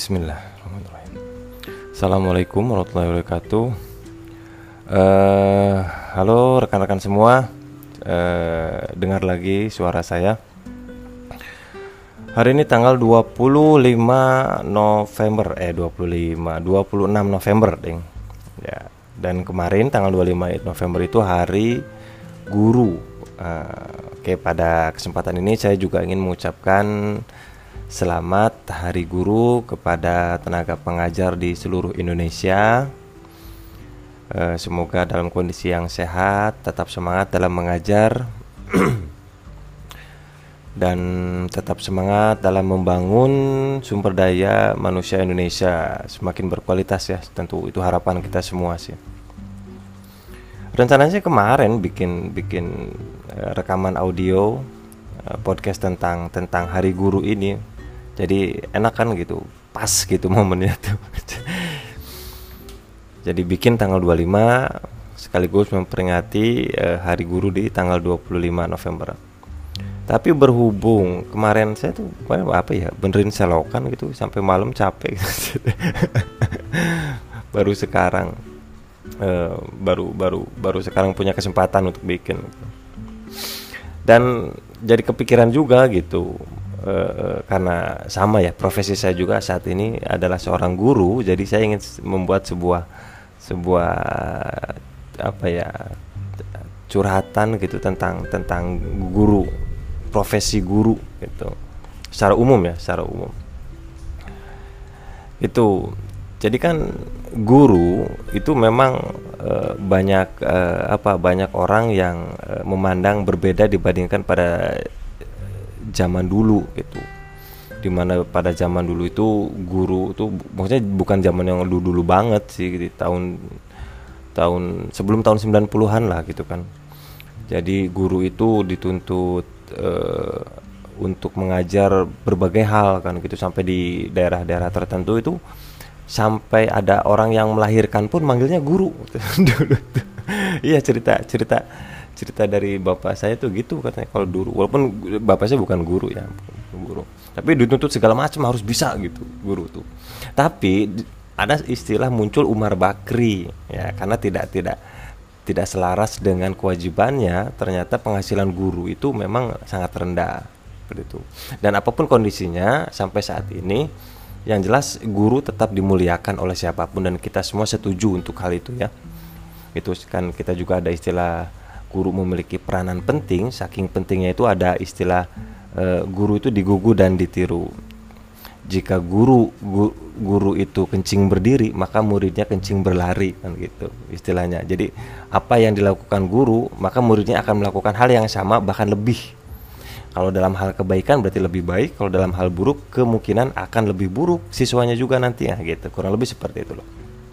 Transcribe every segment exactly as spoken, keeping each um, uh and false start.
Bismillahirrahmanirrahim. Assalamualaikum warahmatullahi wabarakatuh. uh, Halo rekan-rekan semua, uh, dengar lagi suara saya. Hari ini tanggal dua puluh lima November Eh dua puluh lima dua puluh enam November ding. Ya, dan kemarin tanggal dua puluh lima November itu hari guru. uh, Oke, pada kesempatan ini saya juga ingin mengucapkan selamat Hari Guru kepada tenaga pengajar di seluruh Indonesia. e, Semoga dalam kondisi yang sehat, tetap semangat dalam mengajar dan tetap semangat dalam membangun sumber daya manusia Indonesia semakin berkualitas ya. Tentu itu harapan kita semua sih. Rencananya kemarin bikin bikin e, rekaman audio e, podcast tentang tentang Hari Guru ini. Jadi enak kan gitu, pas gitu momennya tuh. Jadi bikin tanggal dua puluh lima sekaligus memperingati eh, Hari Guru di tanggal dua puluh lima November. Tapi berhubung kemarin saya tuh apa ya, benerin selokan gitu sampai malam capek. Baru sekarang eh, baru baru baru sekarang punya kesempatan untuk bikin. Dan jadi kepikiran juga gitu. Uh, karena sama ya, profesi saya juga saat ini adalah seorang guru, jadi saya ingin membuat sebuah sebuah apa ya, curhatan gitu tentang tentang guru, profesi guru gitu secara umum ya, secara umum itu. Jadi kan guru itu memang uh, banyak uh, apa banyak orang yang uh, memandang berbeda dibandingkan pada zaman dulu gitu. Dimana pada zaman dulu itu guru itu maksudnya bukan zaman yang dulu-dulu banget sih, di tahun tahun sebelum tahun sembilan puluhan lah gitu kan. Jadi guru itu dituntut uh, untuk mengajar berbagai hal kan gitu, sampai di daerah-daerah tertentu itu sampai ada orang yang melahirkan pun manggilnya guru. Dulu tuh. Iya, cerita cerita cerita dari bapak saya tuh gitu katanya, kalau dulu walaupun bapak saya bukan guru ya, guru, tapi dituntut segala macam harus bisa gitu guru tuh. Tapi ada istilah muncul Umar Bakri ya, karena tidak tidak tidak selaras dengan kewajibannya, ternyata penghasilan guru itu memang sangat rendah seperti itu. Dan apapun kondisinya sampai saat ini, yang jelas guru tetap dimuliakan oleh siapapun, dan kita semua setuju untuk hal itu ya. Itu kan kita juga ada istilah guru memiliki peranan penting, saking pentingnya itu ada istilah e, guru itu digugu dan ditiru. Jika guru gu, guru itu kencing berdiri, maka muridnya kencing berlari kan gitu istilahnya. Jadi apa yang dilakukan guru, maka muridnya akan melakukan hal yang sama bahkan lebih. Kalau dalam hal kebaikan berarti lebih baik, kalau dalam hal buruk kemungkinan akan lebih buruk siswanya juga nanti ya gitu. Kurang lebih seperti itu loh.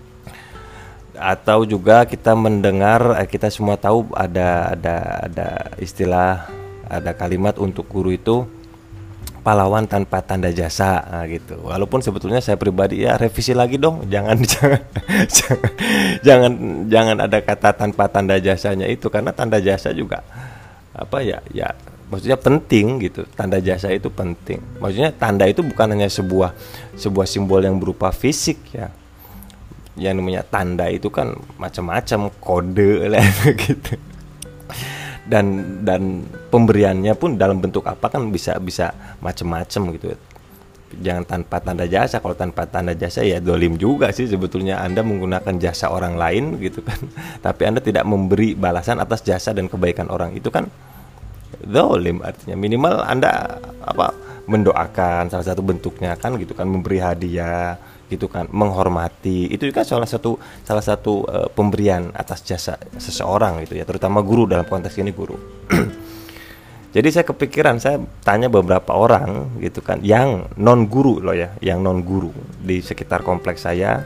Atau juga kita mendengar, kita semua tahu ada ada ada istilah, ada kalimat untuk guru itu pahlawan tanpa tanda jasa, nah, gitu. Walaupun sebetulnya saya pribadi ya revisi lagi dong, jangan jangan jangan jangan jangan ada kata tanpa tanda jasanya itu, karena tanda jasa juga apa ya ya maksudnya penting gitu. Tanda jasa itu penting. Maksudnya tanda itu bukan hanya sebuah sebuah simbol yang berupa fisik ya. Yang namanya tanda itu kan macam-macam, kode lah gitu. Dan dan pemberiannya pun dalam bentuk apa kan bisa bisa macam-macam gitu. Jangan tanpa tanda jasa. Kalau tanpa tanda jasa ya dolim juga sih sebetulnya, Anda menggunakan jasa orang lain gitu kan, tapi Anda tidak memberi balasan atas jasa dan kebaikan orang, itu kan dolim. Artinya minimal Anda apa mendoakan, salah satu bentuknya kan gitu kan, memberi hadiah gitu kan, menghormati, itu juga salah satu salah satu uh, pemberian atas jasa seseorang gitu ya, terutama guru dalam konteks ini guru. Jadi saya kepikiran, saya tanya beberapa orang gitu kan, yang non guru loh ya, yang non guru di sekitar kompleks saya,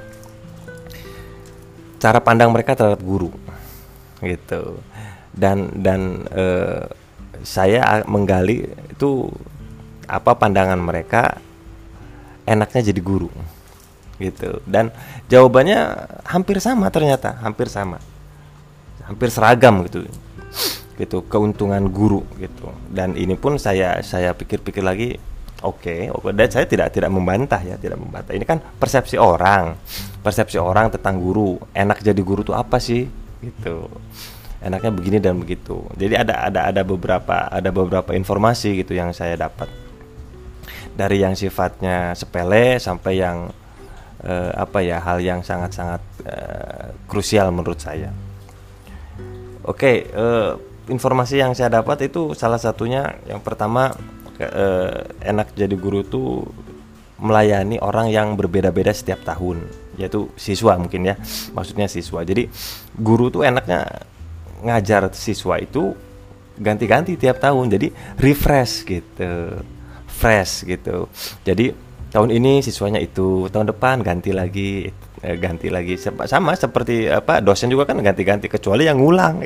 cara pandang mereka terhadap guru gitu. Dan dan uh, saya menggali itu apa pandangan mereka enaknya jadi guru gitu. Dan jawabannya hampir sama, ternyata hampir sama, hampir seragam gitu gitu keuntungan guru gitu. Dan ini pun saya saya pikir-pikir lagi, Oke, oke. Dan saya tidak tidak membantah ya, tidak membantah. Ini kan persepsi orang, persepsi orang tentang guru. Enak jadi guru tuh apa sih? Gitu. Enaknya begini dan begitu. Jadi ada ada ada beberapa ada beberapa informasi gitu yang saya dapat dari yang sifatnya sepele sampai yang eh, apa ya hal yang sangat-sangat eh, krusial menurut saya. Oke, eh, informasi yang saya dapat itu salah satunya yang pertama. Eh, enak jadi guru tuh melayani orang yang berbeda-beda setiap tahun, yaitu siswa mungkin ya, maksudnya siswa. Jadi guru tuh enaknya ngajar siswa itu ganti-ganti tiap tahun, jadi refresh gitu, fresh gitu. Jadi tahun ini siswanya itu, tahun depan ganti lagi, eh, ganti lagi sama seperti apa dosen juga kan ganti-ganti kecuali yang ngulang.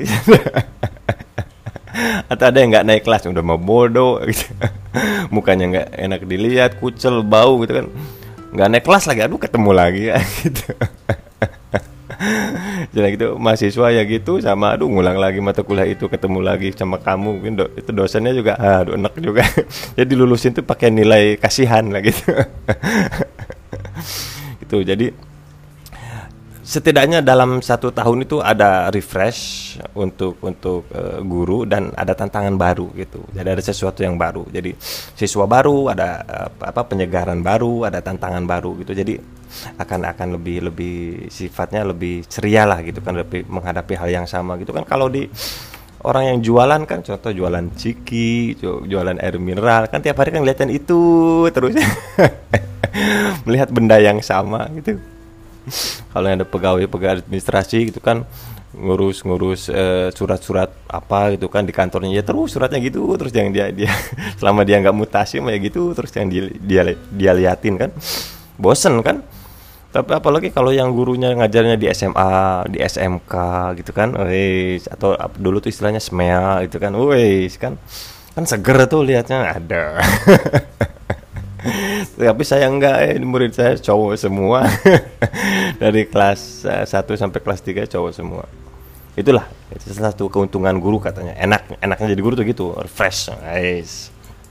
Atau ada yang nggak naik kelas udah mau bodoh gitu. Mukanya nggak enak dilihat, kucel, bau gitu kan, nggak naik kelas lagi, aduh ketemu lagi ya gitu. Jadi gitu mahasiswa ya gitu sama, aduh ngulang lagi mata kuliah itu, ketemu lagi sama kamu mungkin do, itu dosennya juga aduh enak juga. Jadi lulusin tuh pakai nilai kasihan lah gitu. Gitu. Jadi setidaknya dalam satu tahun itu ada refresh untuk untuk uh, guru dan ada tantangan baru gitu. Jadi ada sesuatu yang baru. Jadi siswa baru, ada uh, apa penyegaran baru, ada tantangan baru gitu. Jadi akan akan lebih lebih sifatnya lebih ceria lah gitu kan, lebih menghadapi hal yang sama gitu kan. Kalau di orang yang jualan kan, contoh jualan ciki, jualan air mineral kan tiap hari kan ngeliatin itu terus. Melihat benda yang sama gitu. Kalau ada pegawai-pegawai administrasi gitu kan ngurus-ngurus uh, surat-surat apa gitu kan di kantornya ya terus suratnya gitu terus yang dia dia selama dia nggak mutasi ya gitu terus yang dia dia, dia liatin kan bosen kan. Tapi apalagi kalau yang gurunya ngajarnya di S M A, di S M K gitu kan, wes atau dulu tuh istilahnya S M E A gitu kan, wes kan kan seger tuh liatnya ada. Tapi saya enggak, eh, murid saya cowok semua. Dari kelas uh, satu sampai kelas tiga cowok semua. Itulah itu salah satu keuntungan guru katanya. Enak enaknya jadi guru tuh gitu, fresh. Nice.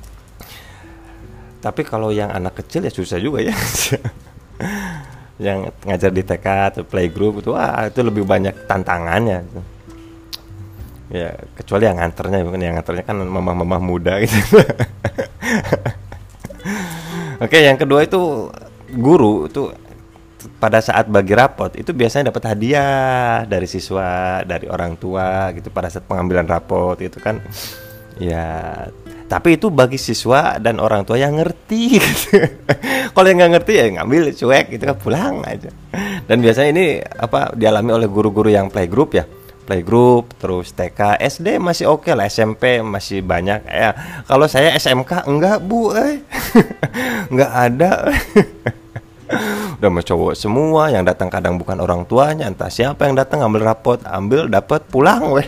Tapi kalau yang anak kecil ya susah juga ya. Yang ngajar di T K atau playgroup itu wah itu lebih banyak tantangannya. Ya, kecuali yang nganternya, bukan yang nganternya kan mamah-mamah muda gitu. Oke, yang kedua itu guru itu pada saat bagi rapot itu biasanya dapat hadiah dari siswa, dari orang tua gitu pada saat pengambilan rapot itu kan. Ya, tapi itu bagi siswa dan orang tua yang ngerti gitu. Kalau yang nggak ngerti ya ngambil cuek gitu kan, pulang aja. Dan biasanya ini apa dialami oleh guru-guru yang playgroup ya. Playgroup, terus T K, S D masih oke okay lah, S M P masih banyak. Ya, kalau saya S M K enggak bu, eh. Enggak ada. Udah sama cowok semua, yang datang kadang bukan orang tuanya, entah siapa yang datang ngambil rapot, ambil dapat pulang weh.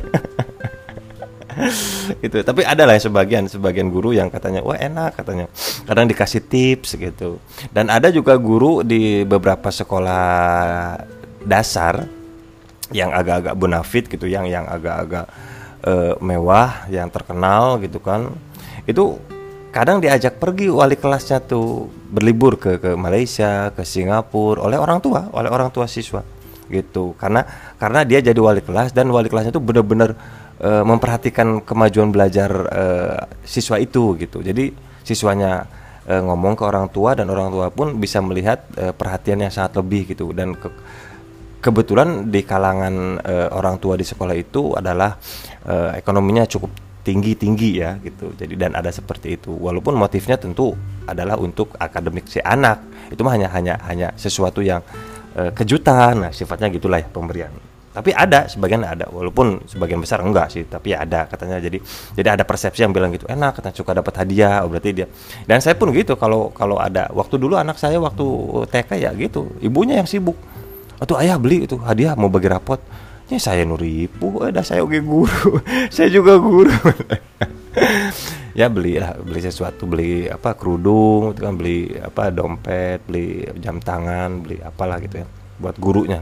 Gitu. Tapi ada lah sebagian sebagian guru yang katanya wah enak katanya. Kadang dikasih tips gitu. Dan ada juga guru di beberapa sekolah dasar yang agak-agak bonafit gitu, yang yang agak-agak uh, mewah, yang terkenal gitu kan. Itu kadang diajak pergi wali kelasnya tuh berlibur ke ke Malaysia, ke Singapura oleh orang tua, oleh orang tua siswa gitu. Karena karena dia jadi wali kelas dan wali kelasnya tuh benar-benar uh, memperhatikan kemajuan belajar uh, siswa itu gitu. Jadi siswanya uh, ngomong ke orang tua dan orang tua pun bisa melihat uh, perhatian yang sangat lebih gitu. Dan ke, kebetulan di kalangan uh, orang tua di sekolah itu adalah uh, ekonominya cukup tinggi-tinggi ya gitu. Jadi dan ada seperti itu. Walaupun motifnya tentu adalah untuk akademik si anak. Itu mah hanya hanya hanya sesuatu yang uh, kejutan. Nah, sifatnya gitulah ya pemberian. Tapi ada sebagian ada, walaupun sebagian besar enggak sih, tapi ada katanya. Jadi jadi ada persepsi yang bilang gitu, enak katanya suka dapat hadiah, oh berarti dia. Dan saya pun gitu kalau kalau ada waktu dulu anak saya waktu T K ya gitu, ibunya yang sibuk. Atau ayah beli itu hadiah mau bagi rapot. Ya saya nuripu, ada saya oke guru. Saya juga guru. Ya beli lah, beli sesuatu, beli apa kerudung, itu kan beli apa dompet, beli jam tangan, beli apalah gitu ya buat gurunya.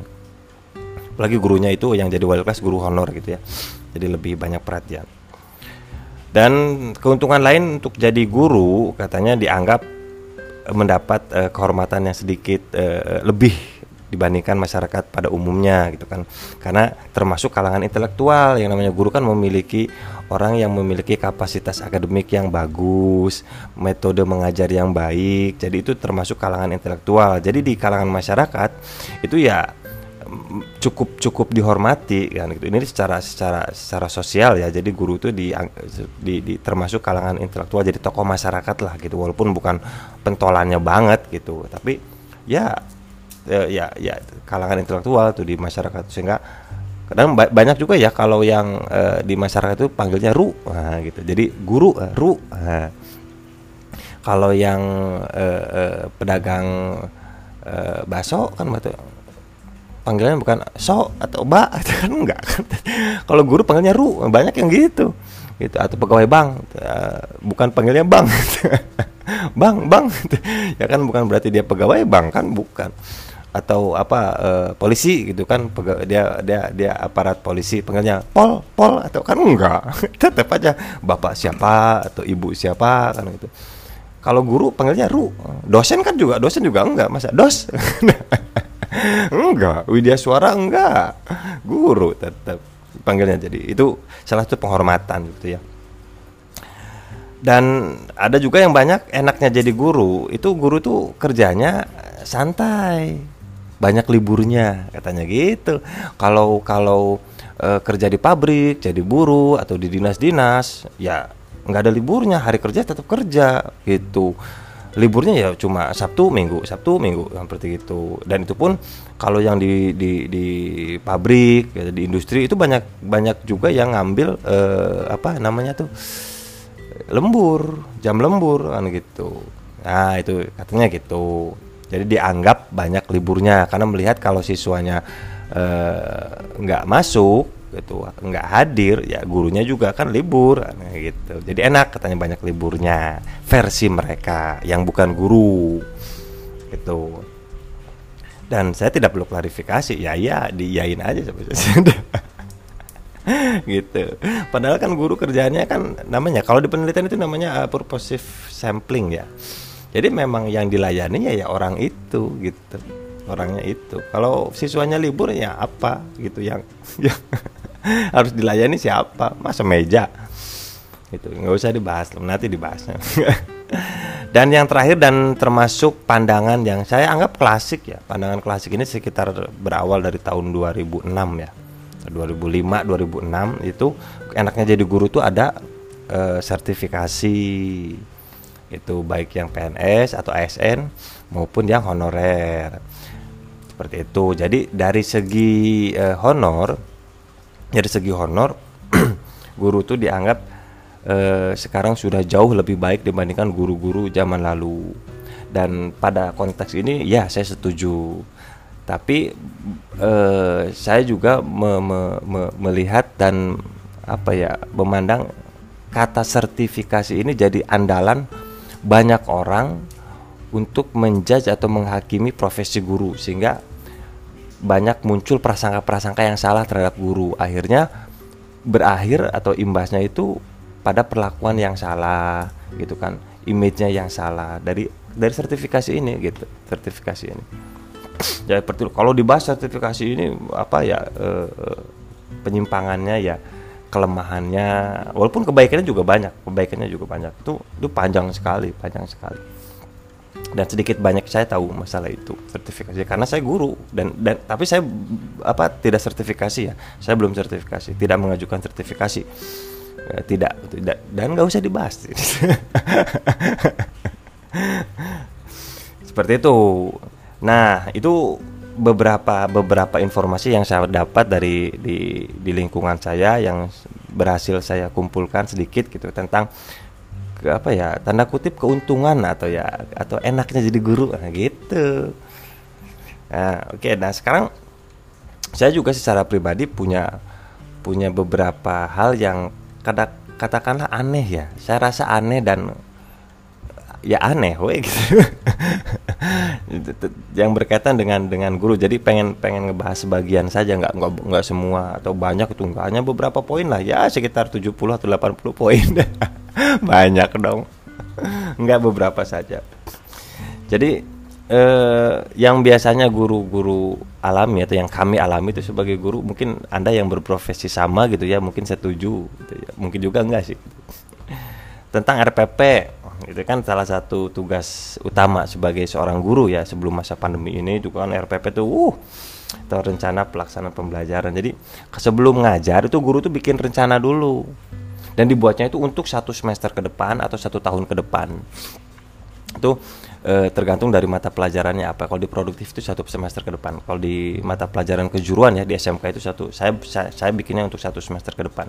Apalagi gurunya itu yang jadi wali kelas guru honor gitu ya. Jadi lebih banyak perhatian. Dan keuntungan lain untuk jadi guru katanya dianggap mendapat uh, kehormatan yang sedikit uh, lebih dibandingkan masyarakat pada umumnya gitu kan, karena termasuk kalangan intelektual. Yang namanya guru kan memiliki orang yang memiliki kapasitas akademik yang bagus, metode mengajar yang baik, jadi itu termasuk kalangan intelektual. Jadi di kalangan masyarakat itu ya cukup cukup dihormati kan gitu. Ini secara secara secara sosial ya. Jadi guru itu di, di, di termasuk kalangan intelektual, jadi tokoh masyarakat lah gitu, walaupun bukan pentolannya banget gitu, tapi ya ya ya, ya kalangan intelektual tuh di masyarakat. Sehingga kadang ba- banyak juga ya kalau yang uh, di masyarakat itu panggilnya ru, nah, gitu. Jadi guru uh, ru. Nah. Kalau yang uh, uh, pedagang uh, bakso kan betul panggilannya bukan so atau ba, kan enggak kan. Kalau guru panggilnya ru, banyak yang gitu. Gitu, atau pegawai bank uh, bukan panggilnya bang. bang, bang. Ya kan bukan berarti dia pegawai bank kan, bukan. Atau apa uh, polisi gitu kan, pega- dia dia dia aparat polisi panggilnya pol, pol atau kan enggak. Tetap aja bapak siapa atau ibu siapa kan gitu. Kalau guru panggilnya ru. Dosen kan juga, dosen juga enggak, masa dos. Enggak, Widya Suara enggak, guru tetap panggilnya. Jadi itu salah satu penghormatan gitu ya. Dan ada juga yang banyak enaknya jadi guru, itu guru tuh kerjanya santai, banyak liburnya katanya gitu. Kalau kalau e, kerja di pabrik, jadi buruh atau di dinas-dinas, ya nggak ada liburnya, hari kerja tetap kerja gitu. Liburnya ya cuma Sabtu Minggu, Sabtu Minggu seperti gitu. Dan itu pun kalau yang di di di pabrik, ya, di industri itu banyak banyak juga yang ngambil eh, apa namanya tuh lembur, jam lembur kan gitu. Nah itu katanya gitu. Jadi dianggap banyak liburnya karena melihat kalau siswanya eh, nggak masuk gitu, nggak hadir, ya gurunya juga kan libur gitu. Jadi enak katanya banyak liburnya versi mereka yang bukan guru gitu. Dan saya tidak perlu klarifikasi, ya ya diyain aja gitu. Padahal kan guru kerjanya kan namanya, kalau di penelitian itu namanya uh, purposive sampling ya. Jadi memang yang dilayani ya, ya orang itu gitu, orangnya itu. Kalau siswanya libur ya apa gitu yang harus dilayani siapa, masa meja itu nggak usah dibahas, nanti dibahasnya. Dan yang terakhir dan termasuk pandangan yang saya anggap klasik ya, pandangan klasik ini sekitar berawal dari tahun dua ribu enam ya, dua ribu lima dua ribu enam itu enaknya jadi guru tuh ada e, sertifikasi itu, baik yang P N S atau A S N maupun yang honorer seperti itu. Jadi dari segi e, honor Dari segi honor, guru tuh dianggap eh, sekarang sudah jauh lebih baik dibandingkan guru-guru zaman lalu. Dan pada konteks ini ya saya setuju. Tapi eh, saya juga me- me- me- melihat dan apa ya memandang kata sertifikasi ini jadi andalan banyak orang untuk menjudge atau menghakimi profesi guru, sehingga banyak muncul prasangka-prasangka yang salah terhadap guru. Akhirnya berakhir atau imbasnya itu pada perlakuan yang salah gitu kan, image-nya yang salah dari dari sertifikasi ini gitu, sertifikasi ini. Ya seperti kalau dibahas sertifikasi ini apa ya eh, penyimpangannya ya, kelemahannya, walaupun kebaikannya juga banyak, kebaikannya juga banyak. Itu itu panjang sekali, panjang sekali. Dan sedikit banyak saya tahu masalah itu sertifikasi karena saya guru dan dan tapi saya apa tidak sertifikasi ya, saya belum sertifikasi, tidak mengajukan sertifikasi, ya, tidak tidak dan nggak usah dibahas. Seperti itu. Nah itu beberapa beberapa informasi yang saya dapat dari di di lingkungan saya yang berhasil saya kumpulkan sedikit gitu tentang ke apa ya, tanda kutip keuntungan atau ya atau enaknya jadi guru, nah gitu. Nah, oke, okay, nah sekarang saya juga secara pribadi punya punya beberapa hal yang kata, katakanlah aneh ya. Saya rasa aneh dan ya aneh, we gitu. yang berkaitan dengan dengan guru. Jadi pengen pengen ngebahas sebagian saja, nggak nggak nggak semua atau banyak itu, nggak, hanya beberapa poin lah ya, sekitar tujuh puluh atau delapan puluh poin. Banyak dong. Nggak, beberapa saja. Jadi eh, yang biasanya guru-guru alami atau yang kami alami itu sebagai guru, mungkin Anda yang berprofesi sama gitu ya, mungkin setuju gitu ya. Mungkin juga enggak sih. Tentang R P P, itu kan salah satu tugas utama sebagai seorang guru ya sebelum masa pandemi ini juga kan. R P P tuh uh atau rencana pelaksanaan pembelajaran. Jadi sebelum ngajar itu guru tuh bikin rencana dulu, dan dibuatnya itu untuk satu semester ke depan atau satu tahun ke depan. Itu eh, tergantung dari mata pelajarannya apa. Kalau di produktif itu satu semester ke depan. Kalau di mata pelajaran kejuruan ya di S M K itu satu. Saya saya, saya bikinnya untuk satu semester ke depan.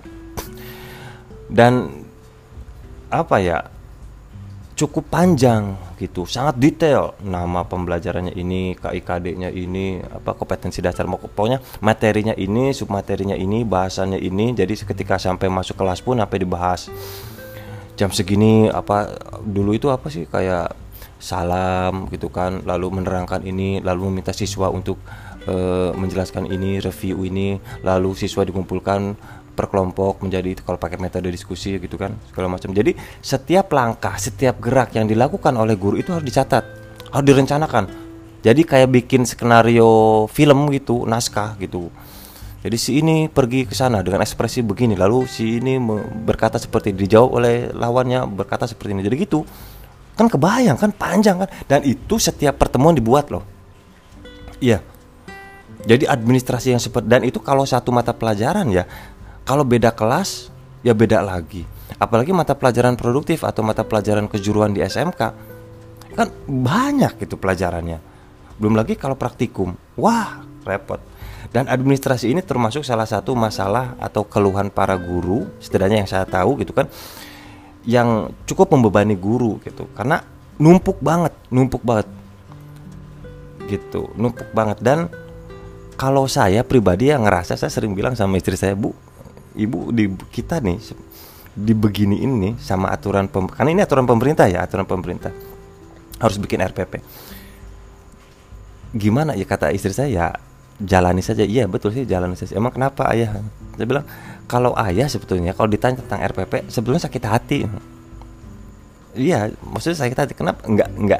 Dan apa ya, cukup panjang gitu, sangat detail. Nama pembelajarannya ini, K I K D-nya ini, apa kompetensi dasar, pokoknya materinya ini, submaterinya ini, bahasanya ini. Jadi ketika sampai masuk kelas pun apa dibahas. Jam segini apa dulu itu apa sih, kayak salam gitu kan, lalu menerangkan ini, lalu meminta siswa untuk uh, menjelaskan ini, review ini, lalu siswa dikumpulkan per kelompok menjadi, kalau pakai metode diskusi gitu kan, segala macam. Jadi setiap langkah, setiap gerak yang dilakukan oleh guru itu harus dicatat, harus direncanakan. Jadi kayak bikin skenario film gitu, naskah gitu. Jadi si ini pergi ke sana dengan ekspresi begini, lalu si ini berkata seperti, dijawab oleh lawannya berkata seperti ini. Jadi gitu. Kan kebayang kan, panjang kan, dan itu setiap pertemuan dibuat loh. Iya. Jadi administrasi yang seperti, dan itu kalau satu mata pelajaran ya. Kalau beda kelas, ya beda lagi. Apalagi mata pelajaran produktif atau mata pelajaran kejuruan di S M K, kan banyak itu pelajarannya. Belum lagi kalau praktikum, wah repot. Dan administrasi ini termasuk salah satu masalah atau keluhan para guru, setidaknya yang saya tahu gitu kan, yang cukup membebani guru gitu. Karena numpuk banget, numpuk banget gitu, numpuk banget. Dan kalau saya pribadi yang ngerasa, saya sering bilang sama istri saya, Bu, Ibu, di kita nih dibeginiin nih sama aturan pem, karena ini aturan pemerintah ya, aturan pemerintah harus bikin R P P. Gimana ya, kata istri saya, ya jalani saja. Iya betul sih, jalani saja. Emang kenapa ayah? Saya bilang, kalau ayah sebetulnya kalau ditanya tentang R P P sebetulnya sakit hati. Iya, maksudnya sakit hati. Kenapa? Enggak, enggak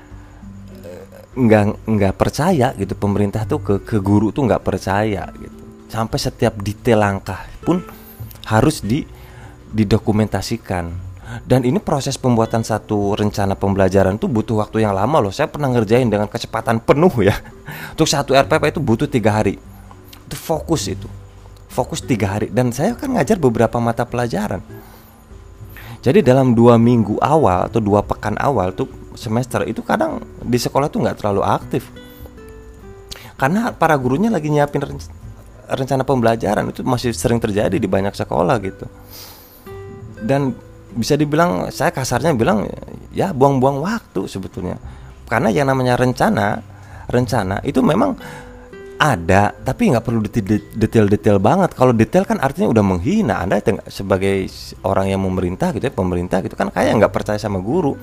enggak enggak percaya gitu, pemerintah tuh ke ke guru tuh enggak percaya gitu. Sampai setiap detail langkah pun harus di didokumentasikan. Dan ini proses pembuatan satu rencana pembelajaran tuh butuh waktu yang lama loh. Saya pernah ngerjain dengan kecepatan penuh ya. Untuk satu R P P itu butuh tiga hari. Itu fokus itu. Fokus tiga hari. Dan saya kan ngajar beberapa mata pelajaran. Jadi dalam dua minggu awal atau dua pekan awal tuh semester itu kadang di sekolah tuh nggak terlalu aktif. Karena para gurunya lagi nyiapin rencana pembelajaran. Itu masih sering terjadi di banyak sekolah gitu. Dan bisa dibilang, saya kasarnya bilang ya buang-buang waktu sebetulnya. Karena yang namanya rencana, rencana itu memang ada, tapi nggak perlu detail-detail banget. Kalau detail kan artinya udah menghina Anda sebagai orang yang memerintah gitu ya, pemerintah gitu kan, kayak nggak percaya sama guru.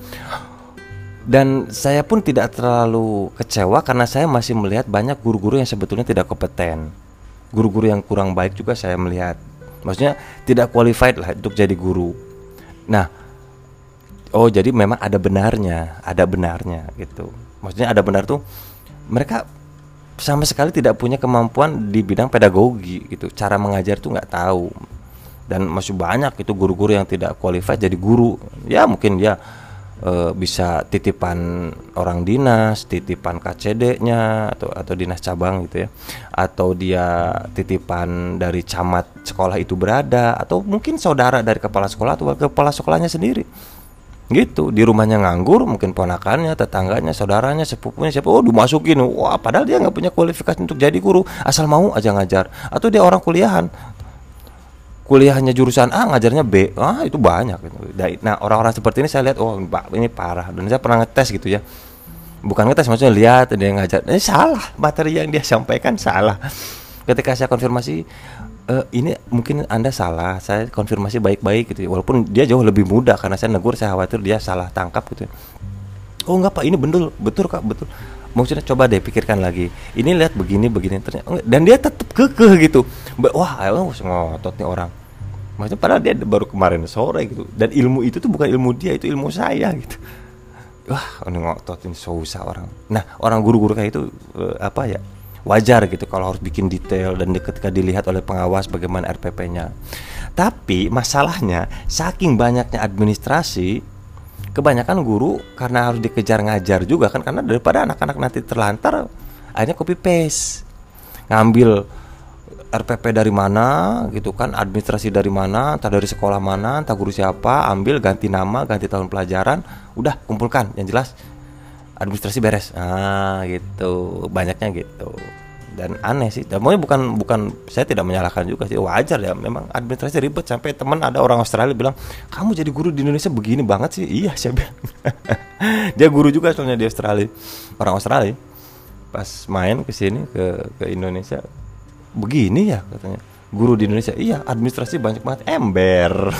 Dan saya pun tidak terlalu kecewa karena saya masih melihat banyak guru-guru yang sebetulnya tidak kompeten. Guru-guru yang kurang baik juga saya melihat. Maksudnya tidak qualified lah untuk jadi guru. Nah, oh jadi memang ada benarnya, ada benarnya gitu. Maksudnya ada benar tuh, mereka sama sekali tidak punya kemampuan di bidang pedagogi gitu. Cara mengajar tuh nggak tahu. Dan masih banyak itu guru-guru yang tidak qualified jadi guru. Ya mungkin dia e, bisa titipan orang dinas, titipan K C D-nya atau atau dinas cabang gitu ya. Atau dia titipan dari camat sekolah itu berada, atau mungkin saudara dari kepala sekolah atau kepala sekolahnya sendiri. Gitu, di rumahnya nganggur, mungkin ponakannya, tetangganya, saudaranya, sepupunya siapa, oh dimasukin. Wah, padahal dia nggak punya kualifikasi untuk jadi guru, asal mau aja ngajar. Atau dia orang kuliahan, kuliahnya jurusan A, ngajarnya B. Ah, itu banyak gitu. Nah, orang-orang seperti ini saya lihat, oh Pak, ini parah. Dan saya pernah ngetes gitu ya. Bukan ngetes, maksudnya lihat dia ngajar, ini salah, materi yang dia sampaikan salah. Ketika saya konfirmasi, e, ini mungkin Anda salah, saya konfirmasi baik-baik gitu. Walaupun dia jauh lebih mudah, karena saya negur, saya khawatir dia salah tangkap gitu. Oh enggak Pak, ini betul, betul Kak, betul. Maksudnya coba deh pikirkan lagi. Ini lihat begini begini ternyata, dan dia tetap kekeh gitu. Wah, emang ngotot nih orang. Maksudnya padahal dia baru kemarin sore gitu. Dan ilmu itu tuh bukan ilmu dia, itu ilmu saya gitu. Wah, ini ngotot, ini susah orang. Nah, orang guru-guru kayak itu eh, apa ya? Wajar gitu kalau harus bikin detail dan ketika dilihat oleh pengawas bagaimana R P P-nya. Tapi masalahnya saking banyaknya administrasi, kebanyakan guru karena harus dikejar ngajar juga kan, karena daripada anak-anak nanti terlantar, akhirnya copy paste, ngambil R P P dari mana gitu kan, administrasi dari mana, entah dari sekolah mana, entah guru siapa, ambil ganti nama, ganti tahun pelajaran, udah kumpulkan, yang jelas administrasi beres. Ah gitu, banyaknya gitu. Dan aneh sih, dan maunya bukan bukan saya tidak menyalahkan juga sih, wajar ya, memang administrasi ribet. Sampai teman ada orang Australia bilang, kamu jadi guru di Indonesia begini banget sih. Iya, saya bilang. Dia guru juga soalnya di Australia, orang Australia. Pas main ke sini ke ke Indonesia, begini ya katanya, guru di Indonesia. Iya, administrasi banyak banget, ember.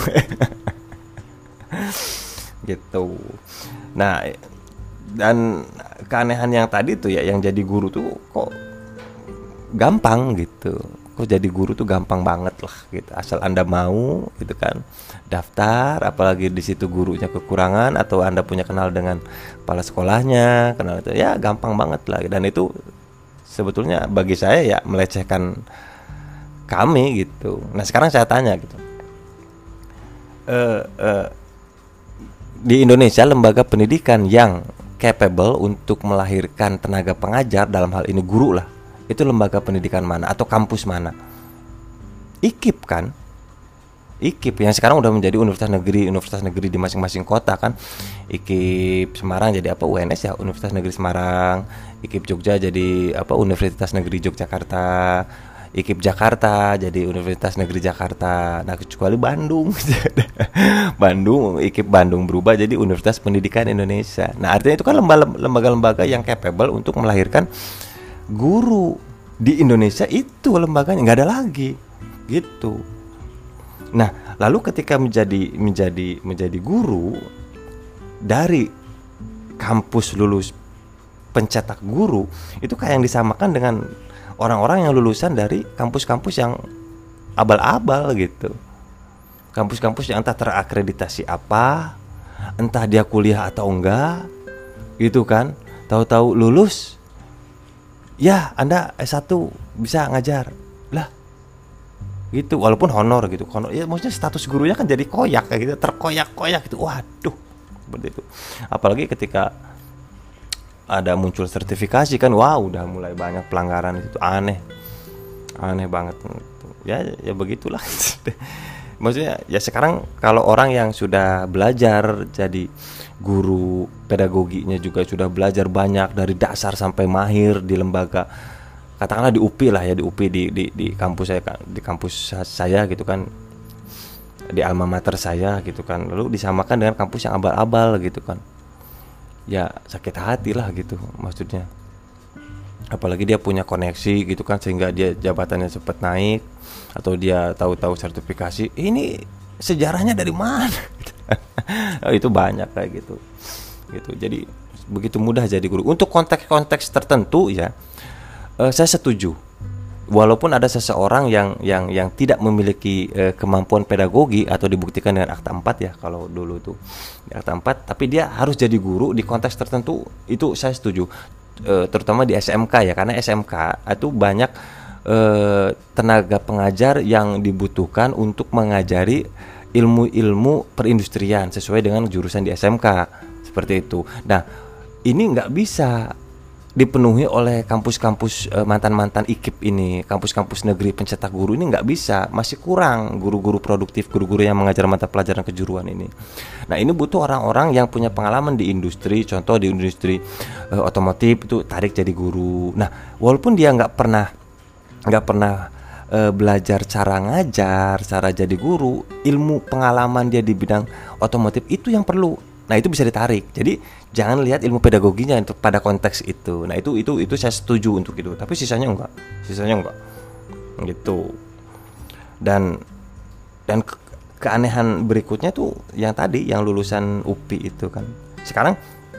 Gitu. Nah, dan keanehan yang tadi tuh ya, yang jadi guru tuh kok gampang gitu. Kok jadi guru tuh gampang banget lah gitu. Asal Anda mau gitu kan, daftar, apalagi di situ gurunya kekurangan atau Anda punya kenal dengan kepala sekolahnya, kenal itu ya gampang banget lah. Dan itu sebetulnya bagi saya ya melecehkan kami gitu. Nah, sekarang saya tanya gitu. Eh uh, uh, di Indonesia lembaga pendidikan yang capable untuk melahirkan tenaga pengajar, dalam hal ini guru lah, itu lembaga pendidikan mana atau kampus mana? I K I P kan? I K I P yang sekarang udah menjadi universitas negeri, universitas negeri di masing-masing kota kan. I K I P Semarang jadi apa? U N S ya, Universitas Negeri Semarang. I K I P Jogja jadi apa? Universitas Negeri Yogyakarta. I K I P Jakarta jadi Universitas Negeri Jakarta. Nah, kecuali Bandung. Bandung, I K I P Bandung berubah jadi Universitas Pendidikan Indonesia. Nah, artinya itu kan lembaga-lembaga yang capable untuk melahirkan guru. Di Indonesia itu lembaganya nggak ada lagi gitu. Nah, lalu ketika menjadi menjadi menjadi guru dari kampus lulus pencetak guru, itu kayak yang disamakan dengan orang-orang yang lulusan dari kampus-kampus yang abal-abal gitu. Kampus-kampus yang entah terakreditasi apa, entah dia kuliah atau enggak, gitu kan. Tahu-tahu lulus, ya Anda S satu bisa ngajar lah, gitu. Walaupun honor gitu, honor ya, maksudnya status gurunya kan jadi koyak kayak gitu, terkoyak-koyak gitu. Waduh, seperti itu. Apalagi ketika ada muncul sertifikasi kan, wah wow, udah mulai banyak pelanggaran itu, aneh, aneh banget. Ya, ya begitulah. Maksudnya ya sekarang kalau orang yang sudah belajar jadi guru, pedagoginya juga sudah belajar banyak dari dasar sampai mahir di lembaga, katakanlah di U P I lah ya, di U P I di di, di kampus saya kan, di kampus saya gitu kan, di alma mater saya gitu kan, lalu disamakan dengan kampus yang abal-abal gitu kan. Ya sakit hati lah gitu maksudnya. Apalagi dia punya koneksi gitu kan, sehingga dia jabatannya cepat naik, atau dia tahu-tahu sertifikasi. Ini sejarahnya dari mana? Oh, itu banyak kayak gitu. Gitu. Jadi begitu mudah jadi guru. Untuk konteks-konteks tertentu ya, eh, saya setuju. Walaupun ada seseorang yang yang yang tidak memiliki eh, kemampuan pedagogi atau dibuktikan dengan akta empat ya, kalau dulu tuh di akta empat, tapi dia harus jadi guru di konteks tertentu, itu saya setuju. E, terutama di S M K ya, karena S M K itu banyak e, tenaga pengajar yang dibutuhkan untuk mengajari ilmu-ilmu perindustrian sesuai dengan jurusan di S M K, seperti itu. Nah, ini nggak bisa dipenuhi oleh kampus-kampus e, mantan-mantan I K I P ini, kampus-kampus negeri pencetak guru ini nggak bisa, masih kurang guru-guru produktif, guru-guru yang mengajar mata pelajaran kejuruan ini. Nah, ini butuh orang-orang yang punya pengalaman di industri, contoh di industri e, otomotif itu tarik jadi guru. Nah, walaupun dia nggak pernah nggak pernah e, belajar cara ngajar, cara jadi guru, ilmu pengalaman dia di bidang otomotif itu yang perlu. Nah, itu bisa ditarik. Jadi jangan lihat ilmu pedagoginya untuk pada konteks itu. Nah, itu itu itu saya setuju untuk itu. Tapi sisanya enggak. Sisanya enggak. Gitu. Dan dan ke- keanehan berikutnya tuh yang tadi yang lulusan U P I itu kan. Sekarang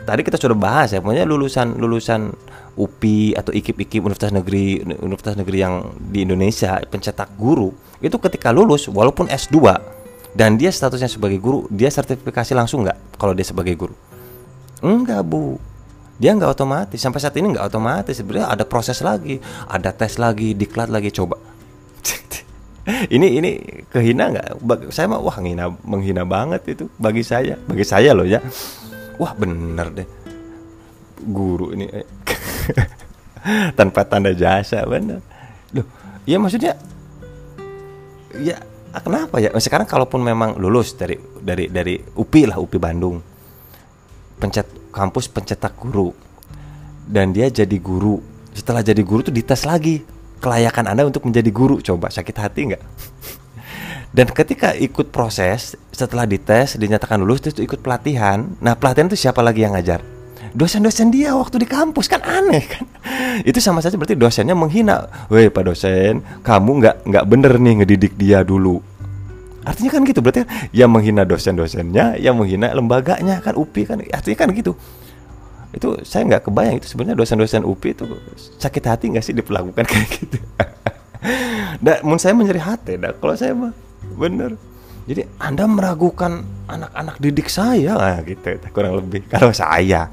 tadi kita sudah bahas ya, pokoknya lulusan lulusan U P I atau I K I P I K I P Universitas Negeri Universitas Negeri yang di Indonesia pencetak guru itu ketika lulus walaupun S dua dan dia statusnya sebagai guru, dia sertifikasi langsung nggak kalau dia sebagai guru? Enggak, Bu. Dia nggak otomatis, sampai saat ini nggak otomatis. Sebenarnya ada proses lagi, ada tes lagi, diklat lagi. Coba ini ini kehina nggak? Saya mah wah menghina menghina banget itu bagi saya, bagi saya loh ya. Wah bener deh, guru ini eh. tanpa tanda jasa bener. Loh, ya maksudnya ya kenapa ya? Sekarang kalaupun memang lulus dari dari dari U P I lah, U P I Bandung, pencet kampus pencetak guru, dan dia jadi guru. Setelah jadi guru tuh dites lagi kelayakan Anda untuk menjadi guru. Coba sakit hati nggak? Dan ketika ikut proses, setelah dites dinyatakan lulus, itu ikut pelatihan. Nah pelatihan itu siapa lagi yang ngajar? Dosen-dosen dia waktu di kampus. Kan aneh kan? Itu sama saja berarti dosennya menghina. Weh Pak dosen, kamu nggak nggak bener nih ngedidik dia dulu. Artinya kan gitu, berarti yang menghina dosen-dosennya, yang menghina lembaganya. Kan U P I kan, artinya kan gitu. Itu saya nggak kebayang itu sebenarnya dosen-dosen U P I itu sakit hati nggak sih diperlakukan kayak gitu. Dan mun saya menyeri hati dah kalau saya mah bener. Jadi Anda meragukan anak-anak didik saya lah gitu, kurang lebih kalau saya.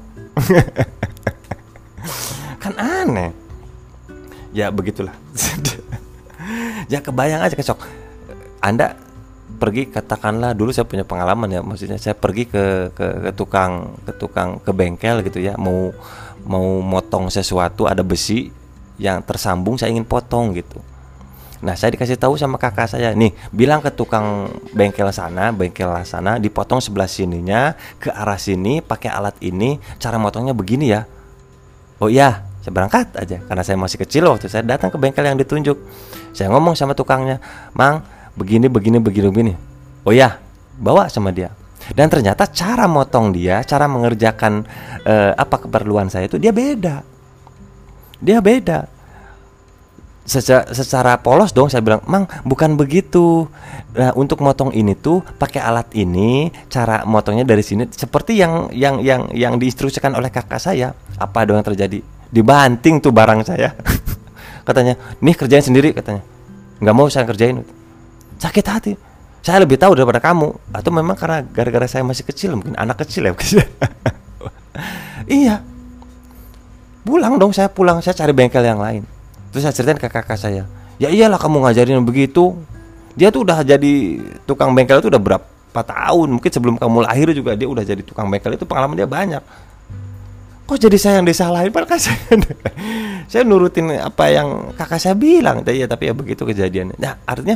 Kan aneh. Ya begitulah. Ya kebayang aja kesok. Anda pergi, katakanlah dulu saya punya pengalaman ya, maksudnya saya pergi ke ke, ke tukang ke tukang ke bengkel gitu ya, mau mau motong sesuatu, ada besi yang tersambung saya ingin potong gitu. Nah saya dikasih tahu sama kakak saya, nih bilang ke tukang bengkel sana, bengkel sana dipotong sebelah sininya ke arah sini pakai alat ini, cara motongnya begini ya. Oh iya, saya berangkat aja karena saya masih kecil waktu saya datang ke bengkel yang ditunjuk. Saya ngomong sama tukangnya, Mang, begini begini begini begini. Oh ya, bawa sama dia. Dan ternyata cara motong dia, cara mengerjakan eh, apa keperluan saya itu dia beda. Dia beda. Secara, secara polos dong saya bilang, Mang bukan begitu. Nah, untuk motong ini tuh pakai alat ini, cara motongnya dari sini seperti yang yang yang yang diinstruksikan oleh kakak saya. Apa dong yang terjadi? Dibanting tuh barang saya. Katanya, nih kerjain sendiri katanya. Nggak mau saya kerjain. Sakit hati. Saya lebih tahu daripada kamu. Atau memang karena gara-gara saya masih kecil, mungkin anak kecil ya. Iya. Pulang dong, saya pulang, saya cari bengkel yang lain. Terus saya ceritain ke kakak saya, ya iyalah kamu ngajarin begitu. Dia tuh udah jadi tukang bengkel itu udah berapa tahun. Mungkin sebelum kamu lahir juga dia udah jadi tukang bengkel, itu pengalaman dia banyak. Kok jadi saya yang disalahin? Padahal saya, saya nurutin apa yang kakak saya bilang. Ya tapi ya begitu kejadiannya. Nah artinya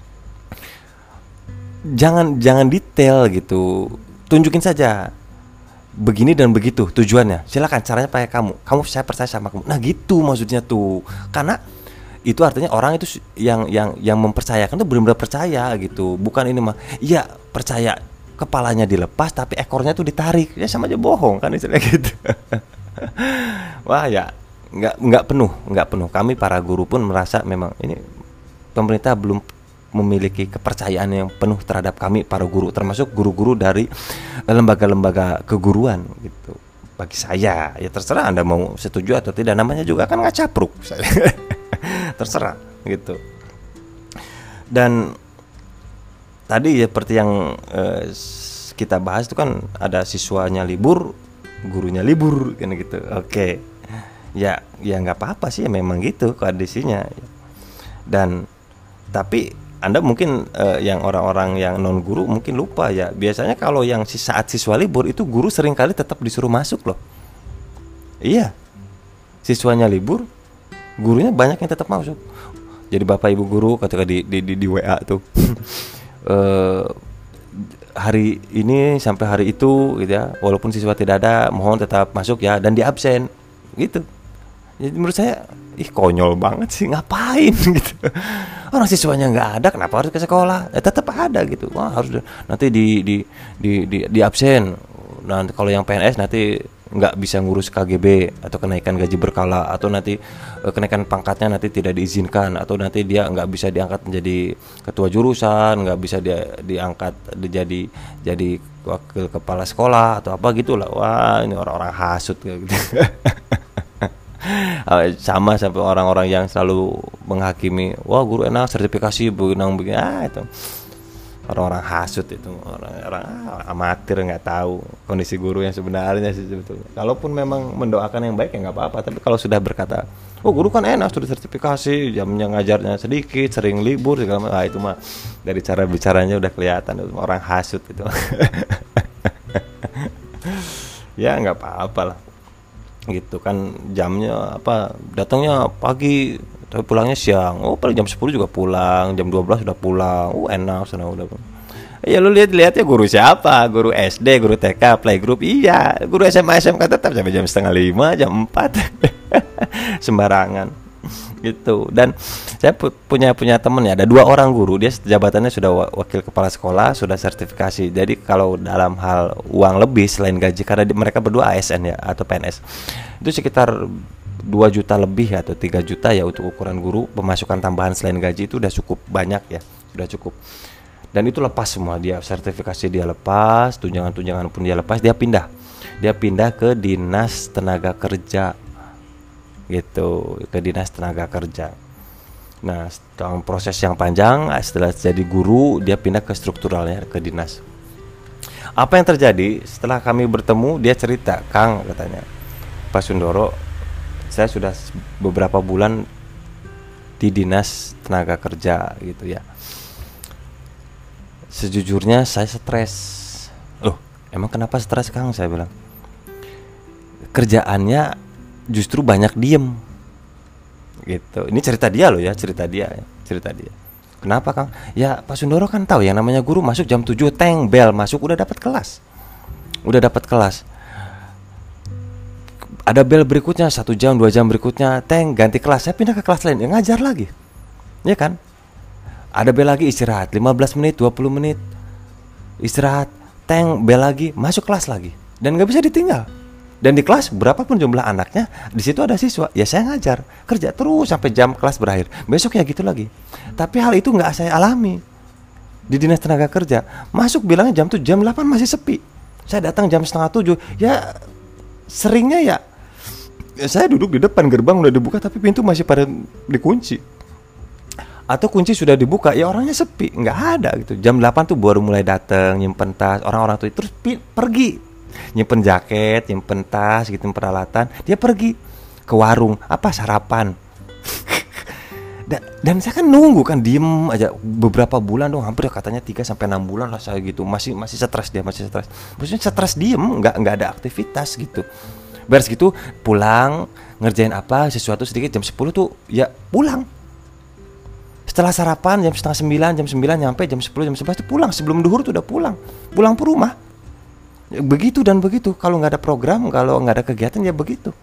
jangan jangan detail gitu, tunjukin saja begini dan begitu tujuannya. Silakan caranya pakai kamu. Kamu saya percaya sama kamu. Nah gitu maksudnya tuh. Karena itu artinya orang itu yang yang yang mempercayakan tuh benar-benar percaya gitu. Bukan ini mah iya percaya kepalanya dilepas tapi ekornya tuh ditarik. Ya sama aja bohong kan istilahnya gitu. Wah ya nggak nggak penuh nggak penuh. Kami para guru pun merasa memang ini pemerintah belum memiliki kepercayaan yang penuh terhadap kami para guru, termasuk guru-guru dari lembaga-lembaga keguruan gitu. Bagi saya ya terserah Anda mau setuju atau tidak, namanya juga kan nggak capruk. Terserah gitu. Dan tadi ya seperti yang eh, kita bahas itu kan ada siswanya libur, gurunya libur kan gitu. Oke. Ya ya nggak apa-apa sih ya, memang gitu kondisinya. Dan tapi Anda mungkin eh, yang orang-orang yang non guru mungkin lupa ya. Biasanya kalau yang saat siswa libur itu guru seringkali tetap disuruh masuk loh. Iya. Siswanya libur, gurunya banyak yang tetap masuk. Jadi bapak ibu guru ketika di di di, di W A tuh eh, hari ini sampai hari itu gitu ya. Walaupun siswa tidak ada, mohon tetap masuk ya, dan di absen gitu. Jadi menurut saya ih konyol banget sih, ngapain gitu. Orang siswanya nggak ada, kenapa harus ke sekolah? Eh, tetap ada gitu. Wah harus nanti di di di di, di absen. Nanti kalau yang P N S nanti nggak bisa ngurus K G B atau kenaikan gaji berkala, atau nanti uh, kenaikan pangkatnya nanti tidak diizinkan, atau nanti dia nggak bisa diangkat menjadi ketua jurusan, nggak bisa dia diangkat jadi jadi wakil kepala sekolah atau apa gitulah. Wah, ini orang-orang hasut kayak gitu. Sama sampai orang-orang yang selalu menghakimi, wah guru enak sertifikasi begini begini, ah itu orang-orang hasut, itu orang-orang ah, amatir, nggak tahu kondisi guru yang sebenarnya sih sebetulnya. Kalaupun memang mendoakan yang baik ya nggak apa-apa, tapi kalau sudah berkata, oh guru kan enak sudah sertifikasi, jamnya ngajarnya sedikit, sering libur segala macam, ah itu mah dari cara bicaranya udah kelihatan itu orang hasut itu. Ya nggak apa-apa lah. Gitu kan, jamnya apa, datangnya pagi tapi pulangnya siang. Oh paling jam sepuluh juga pulang, jam dua belas sudah pulang. Oh enak sana udah. Ya lu lihat-lihat ya, guru siapa? Guru S D, guru T K, playgroup, iya. Guru S M A S M K tetap sampai jam setengah lima, jam empat. Sembarangan gitu. Dan saya pu- punya punya temen ya, ada dua orang guru, dia jabatannya sudah wa- wakil kepala sekolah, sudah sertifikasi. Jadi kalau dalam hal uang lebih selain gaji, karena di, mereka berdua A S N ya atau P N S, itu sekitar dua juta lebih atau tiga juta ya untuk ukuran guru. Pemasukan tambahan selain gaji itu udah cukup banyak ya, udah cukup. Dan itu lepas semua, dia sertifikasi dia lepas, tunjangan-tunjangan pun dia lepas, dia pindah. Dia pindah ke Dinas Tenaga Kerja gitu, ke Dinas Tenaga Kerja. Nah, setelah proses yang panjang, setelah jadi guru, dia pindah ke strukturalnya, ke dinas. Apa yang terjadi setelah kami bertemu, dia cerita, Kang, katanya, Pak Sundoro, saya sudah beberapa bulan di Dinas Tenaga Kerja gitu ya. Sejujurnya saya stres. Loh, emang kenapa stres, Kang? Saya bilang, kerjaannya justru banyak diem gitu. Ini cerita dia loh ya, cerita dia ya, cerita dia. Kenapa, Kang? Ya Pak Sundoro kan tahu yang namanya guru masuk jam tujuh, teng bel masuk udah dapat kelas. Udah dapat kelas. Ada bel berikutnya satu jam, dua jam berikutnya, teng ganti kelas. Saya pindah ke kelas lain, ya ngajar lagi. Ya kan? Ada bel lagi, istirahat lima belas menit, dua puluh menit. Istirahat, teng bel lagi, masuk kelas lagi. Dan enggak bisa ditinggal. Dan di kelas berapapun jumlah anaknya, di situ ada siswa, ya saya ngajar, kerja terus sampai jam kelas berakhir. Besok ya gitu lagi. Tapi hal itu nggak saya alami di Dinas Tenaga Kerja. Masuk bilangnya jam tujuh, jam delapan masih sepi. Saya datang jam setengah tujuh, ya seringnya ya, ya saya duduk di depan, gerbang udah dibuka tapi pintu masih pada dikunci. Atau kunci sudah dibuka, ya orangnya sepi, nggak ada gitu. Jam delapan tuh baru mulai datang, nyimpen tas, orang-orang tuh terus pi- pergi. Nyimpen jaket, nyimpen tas gitu, peralatan, dia pergi ke warung, apa sarapan. dan, dan saya kan nunggu kan, diem aja beberapa bulan dong, hampir katanya tiga sampai enam bulan lah saya gitu, masih masih stres dia, masih stres. Maksudnya stres diem, nggak nggak ada aktivitas gitu. Beres gitu pulang, ngerjain apa sesuatu sedikit, jam sepuluh tuh ya pulang. Setelah sarapan jam setengah sembilan, jam sembilan nyampe, jam sepuluh, jam sebelas tuh pulang, sebelum duhur tuh udah pulang, pulang ke rumah. Begitu dan begitu, kalau nggak ada program, kalau nggak ada kegiatan ya begitu.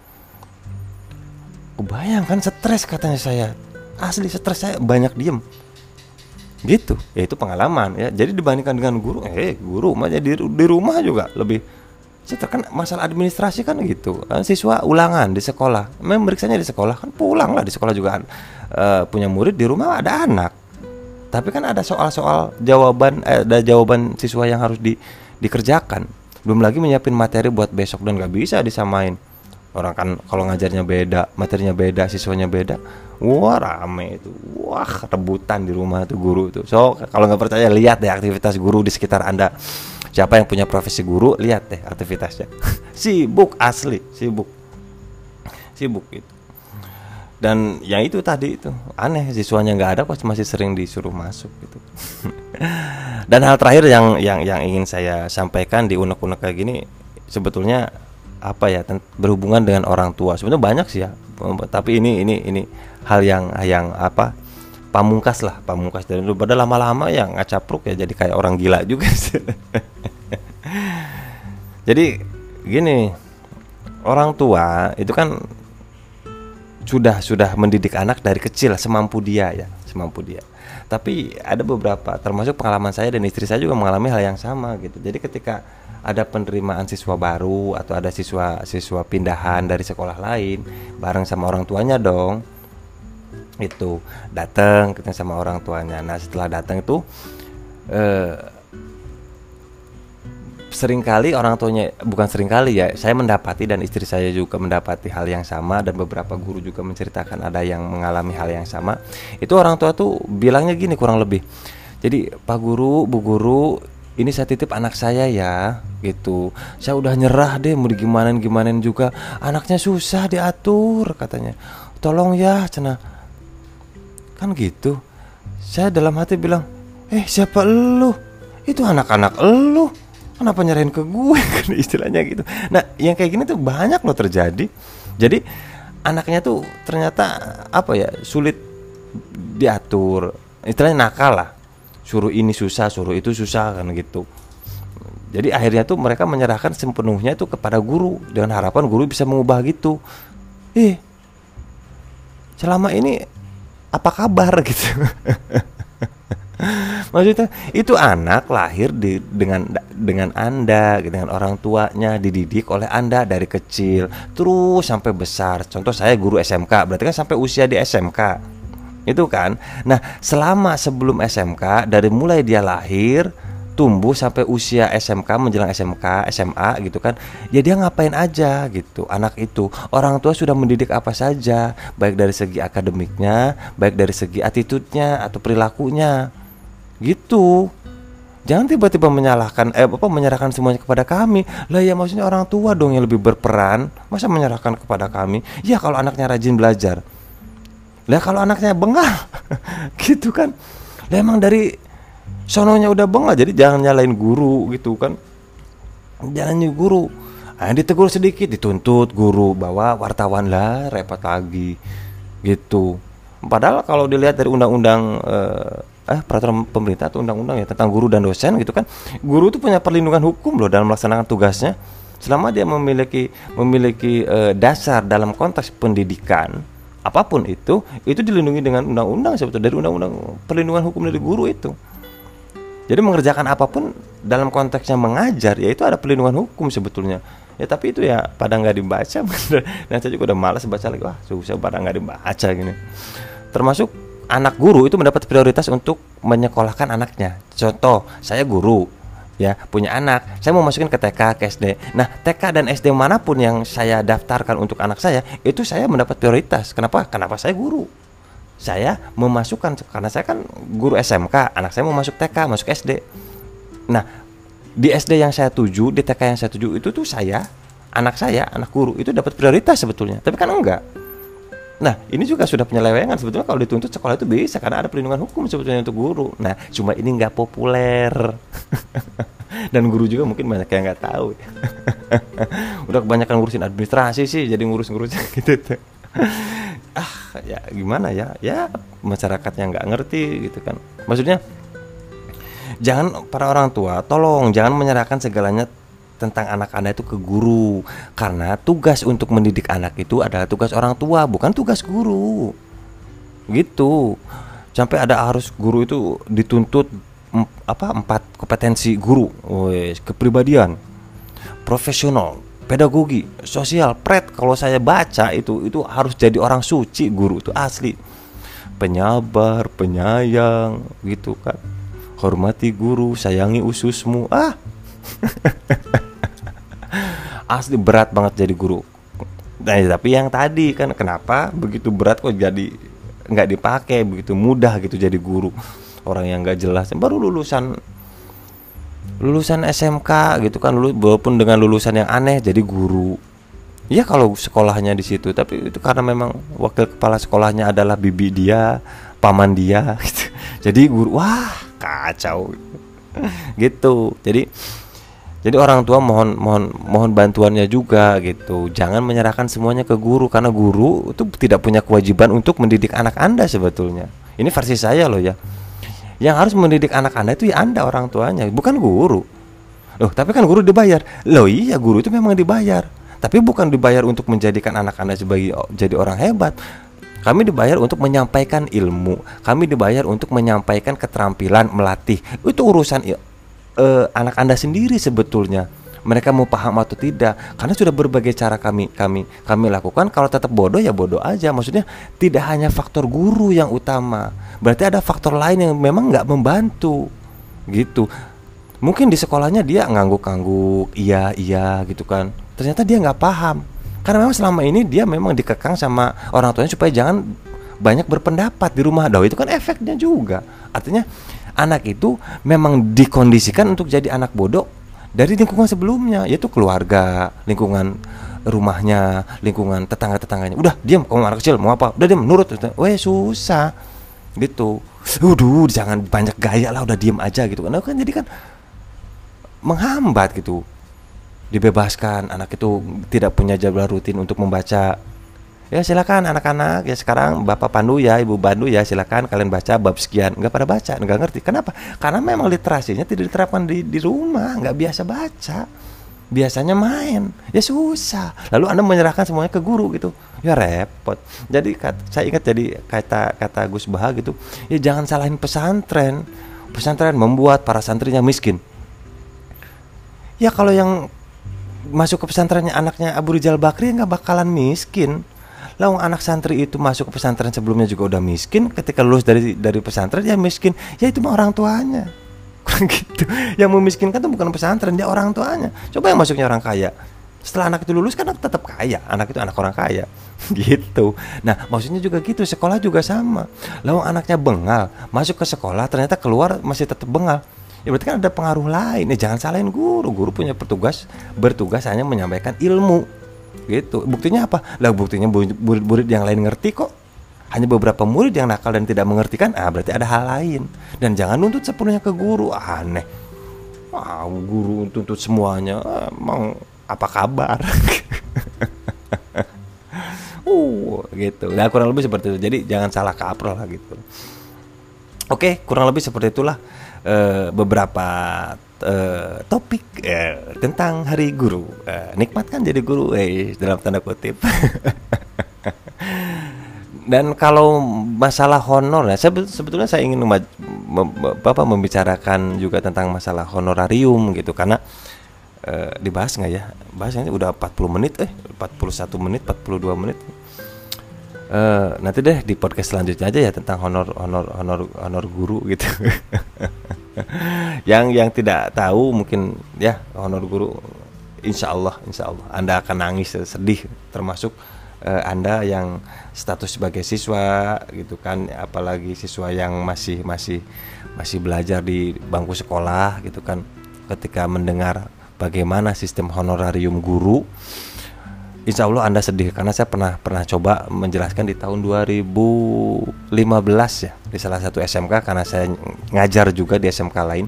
Kebayangkan stres katanya saya, asli stres saya, banyak diem gitu. Ya itu pengalaman ya. Jadi dibandingkan dengan guru, eh guru aja di, di rumah juga lebih. Saya kan masalah administrasi kan gitu. Siswa ulangan di sekolah, memang meriksanya di sekolah, kan pulang lah di sekolah juga uh, punya murid, di rumah ada anak. Tapi kan ada soal-soal jawaban, eh, ada jawaban siswa yang harus di, dikerjakan. Belum lagi menyiapin materi buat besok, dan gak bisa disamain. Orang kan kalau ngajarnya beda, materinya beda, siswanya beda, wah rame itu, wah rebutan di rumah tuh guru tuh. So kalau nggak percaya, lihat deh aktivitas guru di sekitar Anda. Siapa yang punya profesi guru, lihat deh aktivitasnya. Sibuk asli, sibuk, sibuk itu. Dan yang itu tadi itu aneh, siswanya nggak ada kok masih sering disuruh masuk gitu. Dan hal terakhir yang yang yang ingin saya sampaikan di unek-unek kayak gini, sebetulnya apa ya, berhubungan dengan orang tua. Sebenarnya banyak sih ya, tapi ini ini ini hal yang yang apa, pamungkas lah, pamungkas. Dan pada lama-lama yang ngacapruk ya, jadi kayak orang gila juga sih. Jadi gini, orang tua itu kan sudah sudah mendidik anak dari kecil semampu dia ya, semampu dia. Tapi ada beberapa, termasuk pengalaman saya dan istri saya juga mengalami hal yang sama gitu. Jadi ketika ada penerimaan siswa baru atau ada siswa siswa pindahan dari sekolah lain, bareng sama orang tuanya dong, itu datang ketemu sama orang tuanya. Nah setelah datang itu eh, seringkali orang tuanya, bukan seringkali ya, saya mendapati dan istri saya juga mendapati hal yang sama, dan beberapa guru juga menceritakan ada yang mengalami hal yang sama. Itu orang tua tuh bilangnya gini kurang lebih, jadi Pak Guru, Bu Guru, ini saya titip anak saya ya gitu, saya udah nyerah deh, mau digimanain gimanain juga, anaknya susah diatur katanya, tolong ya cenah. Kan gitu. Saya dalam hati bilang, eh siapa elu? Itu anak-anak elu, kenapa nyerahin ke gue? Kan istilahnya gitu. Nah yang kayak gini tuh banyak loh terjadi. Jadi anaknya tuh ternyata apa ya, sulit diatur, istilahnya nakal lah, suruh ini susah, suruh itu susah kan gitu. Jadi akhirnya tuh mereka menyerahkan sepenuhnya itu kepada guru dengan harapan guru bisa mengubah gitu. Eh selama ini apa kabar gitu. Maksudnya itu anak lahir di, dengan dengan Anda, dengan orang tuanya, dididik oleh Anda dari kecil terus sampai besar. Contoh saya guru S M K, berarti kan sampai usia di S M K. Itu kan. Nah, selama sebelum S M K, dari mulai dia lahir, tumbuh sampai usia S M K, menjelang S M K, S M A gitu kan. Ya dia ngapain aja gitu. Anak itu, orang tua sudah mendidik apa saja, baik dari segi akademiknya, baik dari segi attitude-nya atau perilakunya. Gitu. Jangan tiba-tiba menyalahkan eh apa menyerahkan semuanya kepada kami. Lah ya maksudnya orang tua dong yang lebih berperan. Masa menyerahkan kepada kami? Ya kalau anaknya rajin belajar. Lah kalau anaknya bengal gitu kan. Lah emang dari sononya udah bengal, jadi jangan nyalain guru gitu kan. Jangan nyalain guru. Ah ditegur sedikit dituntut guru, bawa wartawan lah, repot lagi. Gitu. Padahal kalau dilihat dari undang-undang eh, eh peraturan pemerintah atau undang-undang ya tentang guru dan dosen gitu kan, guru itu punya perlindungan hukum loh dalam melaksanakan tugasnya, selama dia memiliki memiliki eh, dasar dalam konteks pendidikan apapun itu, itu dilindungi dengan undang-undang sebetulnya, dari undang-undang perlindungan hukum dari guru itu. Jadi mengerjakan apapun dalam konteksnya mengajar, ya itu ada perlindungan hukum sebetulnya. Ya tapi itu ya pada nggak dibaca. Dan saya juga udah malas baca lagi, wah susah pada nggak dibaca gini. Termasuk anak guru itu mendapat prioritas untuk menyekolahkan anaknya. Contoh, saya guru, ya punya anak, saya mau masukin ke T K, ke S D. Nah, T K dan S D manapun yang saya daftarkan untuk anak saya, itu saya mendapat prioritas. Kenapa? Kenapa saya guru? Saya memasukkan, karena saya kan guru S M K, anak saya mau masuk T K, masuk S D. Nah, di S D yang saya tuju, di T K yang saya tuju itu tuh saya, anak saya, anak guru itu dapat prioritas sebetulnya. Tapi kan enggak. Nah ini juga sudah penyelewengan sebetulnya. Kalau dituntut sekolah itu bisa, karena ada perlindungan hukum sebetulnya untuk guru. Nah cuma ini nggak populer. Dan guru juga mungkin banyak yang nggak tahu. Udah kebanyakan ngurusin administrasi sih, jadi ngurus-ngurusin gitu tuh. Ah ya gimana ya, ya masyarakatnya nggak ngerti gitu kan. Maksudnya jangan, para orang tua tolong jangan menyerahkan segalanya tentang anak Anda itu ke guru, karena tugas untuk mendidik anak itu adalah tugas orang tua, bukan tugas guru. Gitu. Sampai ada harus guru itu dituntut em, apa empat kompetensi guru, wes, kepribadian, profesional, pedagogi, sosial, pret. Kalau saya baca itu itu harus jadi orang suci guru itu asli. Penyabar, penyayang gitu kan. Hormati guru, sayangi ususmu. Ah. Asli berat banget jadi guru. Nah, tapi yang tadi kan kenapa begitu berat kok jadi nggak dipakai, begitu mudah gitu jadi guru. Orang yang nggak jelas, baru lulusan lulusan S M K gitu kan, walaupun dengan lulusan yang aneh jadi guru. Ya kalau sekolahnya di situ, tapi itu karena memang wakil kepala sekolahnya adalah bibi dia, paman dia gitu. Jadi guru, wah kacau gitu. Jadi Jadi orang tua mohon mohon mohon bantuannya juga gitu. Jangan menyerahkan semuanya ke guru, karena guru itu tidak punya kewajiban untuk mendidik anak Anda sebetulnya. Ini versi saya loh ya. Yang harus mendidik anak Anda itu ya Anda orang tuanya, bukan guru. Loh, tapi kan guru dibayar. Loh iya, guru itu memang dibayar. Tapi bukan dibayar untuk menjadikan anak Anda sebagai jadi orang hebat. Kami dibayar untuk menyampaikan ilmu. Kami dibayar untuk menyampaikan keterampilan, melatih. Itu urusan uh, anak Anda sendiri sebetulnya. Mereka mau paham atau tidak, karena sudah berbagai cara kami kami kami lakukan. Kalau tetap bodoh ya bodoh aja. Maksudnya tidak hanya faktor guru yang utama, berarti ada faktor lain yang memang nggak membantu gitu. Mungkin di sekolahnya dia ngangguk-ngangguk, iya iya gitu kan. Ternyata dia nggak paham, karena memang selama ini dia memang dikekang sama orang tuanya supaya jangan banyak berpendapat di rumah. Dah itu kan efeknya juga. Artinya anak itu memang dikondisikan untuk jadi anak bodoh dari lingkungan sebelumnya, yaitu keluarga, lingkungan rumahnya, lingkungan tetangga-tetangganya. Udah diam, kamu anak kecil mau apa? Udah diam, nurut. Weh susah gitu. Udah jangan banyak gaya lah, udah diam aja gitu. Karena kan jadi kan menghambat gitu. Dibebaskan, anak itu tidak punya jadwal rutin untuk membaca. Ya silakan anak-anak, ya sekarang Bapak pandu ya, Ibu pandu ya, silakan kalian baca bab sekian. Nggak pada baca, nggak ngerti. Kenapa? Karena memang literasinya tidak diterapkan di, di rumah, nggak biasa baca. Biasanya main, ya susah. Lalu Anda menyerahkan semuanya ke guru gitu, ya repot. Jadi kata, saya ingat jadi kata kata Gus Baha gitu, ya jangan salahin pesantren. Pesantren membuat para santrinya miskin. Ya kalau yang masuk ke pesantrennya anaknya Abu Rizal Bakri nggak bakalan miskin. Lah anak santri itu masuk ke pesantren sebelumnya juga udah miskin, ketika lulus dari dari pesantren ya miskin. Ya itu mah orang tuanya. Kurang gitu. Yang memiskinkan tuh bukan pesantren, dia orang tuanya. Coba yang masuknya orang kaya. Setelah anak itu lulus kan tetap kaya. Anak itu anak orang kaya. Gitu. Nah, maksudnya juga gitu, sekolah juga sama. Lah anaknya bengal, masuk ke sekolah ternyata keluar masih tetap bengal. Ya berarti kan ada pengaruh lain. Ya jangan salahin guru. Guru punya petugas, bertugas hanya menyampaikan ilmu. Gitu. Buktinya apa? Lah buktinya murid-murid yang lain ngerti kok. Hanya beberapa murid yang nakal dan tidak mengerti kan? Ah berarti ada hal lain. Dan jangan nuntut sepenuhnya ke guru. Ah, aneh. Ah, guru tuntut semuanya. Ah, emang apa kabar? uh, gitu. Nah, kurang lebih seperti itu. Jadi jangan salah kaprah lah gitu. Oke, kurang lebih seperti itulah uh, beberapa Uh, topik uh, tentang Hari Guru. Uh, nikmatkan jadi guru, eh dalam tanda kutip. Dan kalau masalah honor, ya, sebetulnya saya ingin mem- mem- Bapak membicarakan juga tentang masalah honorarium gitu, karena uh, dibahas nggak ya? Bahasnya udah empat puluh menit, eh empat puluh satu menit, empat puluh dua menit. Uh, nanti deh di podcast selanjutnya aja ya tentang honor honor honor honor guru gitu. yang yang tidak tahu mungkin ya honor guru, insya Allah insya Allah Anda akan nangis sedih, termasuk uh, Anda yang status sebagai siswa gitu kan, apalagi siswa yang masih masih masih belajar di bangku sekolah gitu kan, ketika mendengar bagaimana sistem honorarium guru. Insya Allah Anda sedih, karena saya pernah pernah coba menjelaskan di tahun dua ribu lima belas ya di salah satu S M K, karena saya ngajar juga di S M K lain.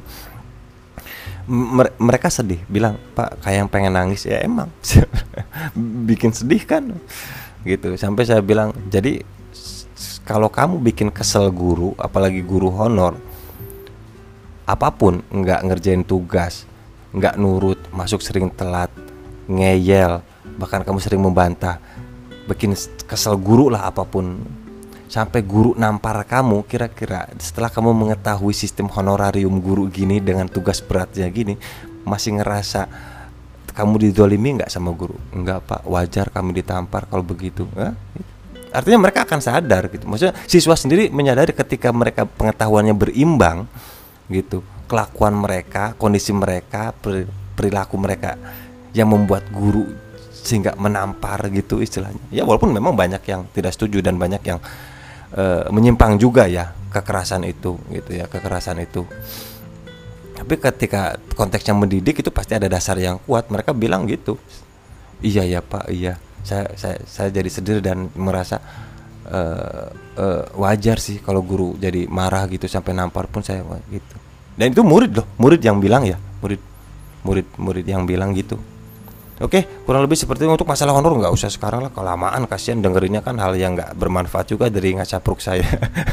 Mereka sedih, bilang Pak kayak yang pengen nangis. Ya emang bikin sedih kan gitu. Sampai saya bilang, jadi kalau kamu bikin kesel guru, apalagi guru honor, apapun, nggak ngerjain tugas, nggak nurut, masuk sering telat, ngeyel, bahkan kamu sering membantah, bikin kesel guru lah apapun, sampai guru nampar kamu, kira-kira setelah kamu mengetahui sistem honorarium guru gini dengan tugas beratnya gini, masih ngerasa kamu didolimi nggak sama guru? Enggak Pak, wajar kami ditampar kalau begitu. eh? Artinya mereka akan sadar gitu. Maksudnya siswa sendiri menyadari ketika mereka pengetahuannya berimbang gitu, kelakuan mereka, kondisi mereka, perilaku mereka yang membuat guru sehingga menampar gitu istilahnya. Ya walaupun memang banyak yang tidak setuju dan banyak yang uh, menyimpang juga ya kekerasan itu gitu ya, kekerasan itu. Tapi ketika konteksnya mendidik itu pasti ada dasar yang kuat. Mereka bilang gitu. Iya ya Pak, iya. Saya saya saya jadi sedih dan merasa uh, uh, wajar sih kalau guru jadi marah gitu sampai nampar pun saya gitu. Dan itu murid loh, murid yang bilang ya, murid murid murid yang bilang gitu. Oke, kurang lebih seperti itu. Untuk masalah honor nggak usah sekarang lah, kelamaan, kasihan dengerinnya kan hal yang nggak bermanfaat juga dari ngacapruk saya.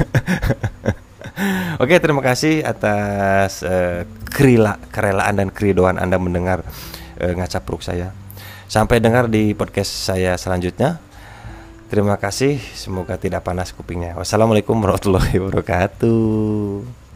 Oke, terima kasih atas uh, kerela, kerelaan dan keridoan Anda mendengar uh, ngacapruk saya. Sampai dengar di podcast saya selanjutnya. Terima kasih, semoga tidak panas kupingnya. Wassalamualaikum warahmatullahi wabarakatuh.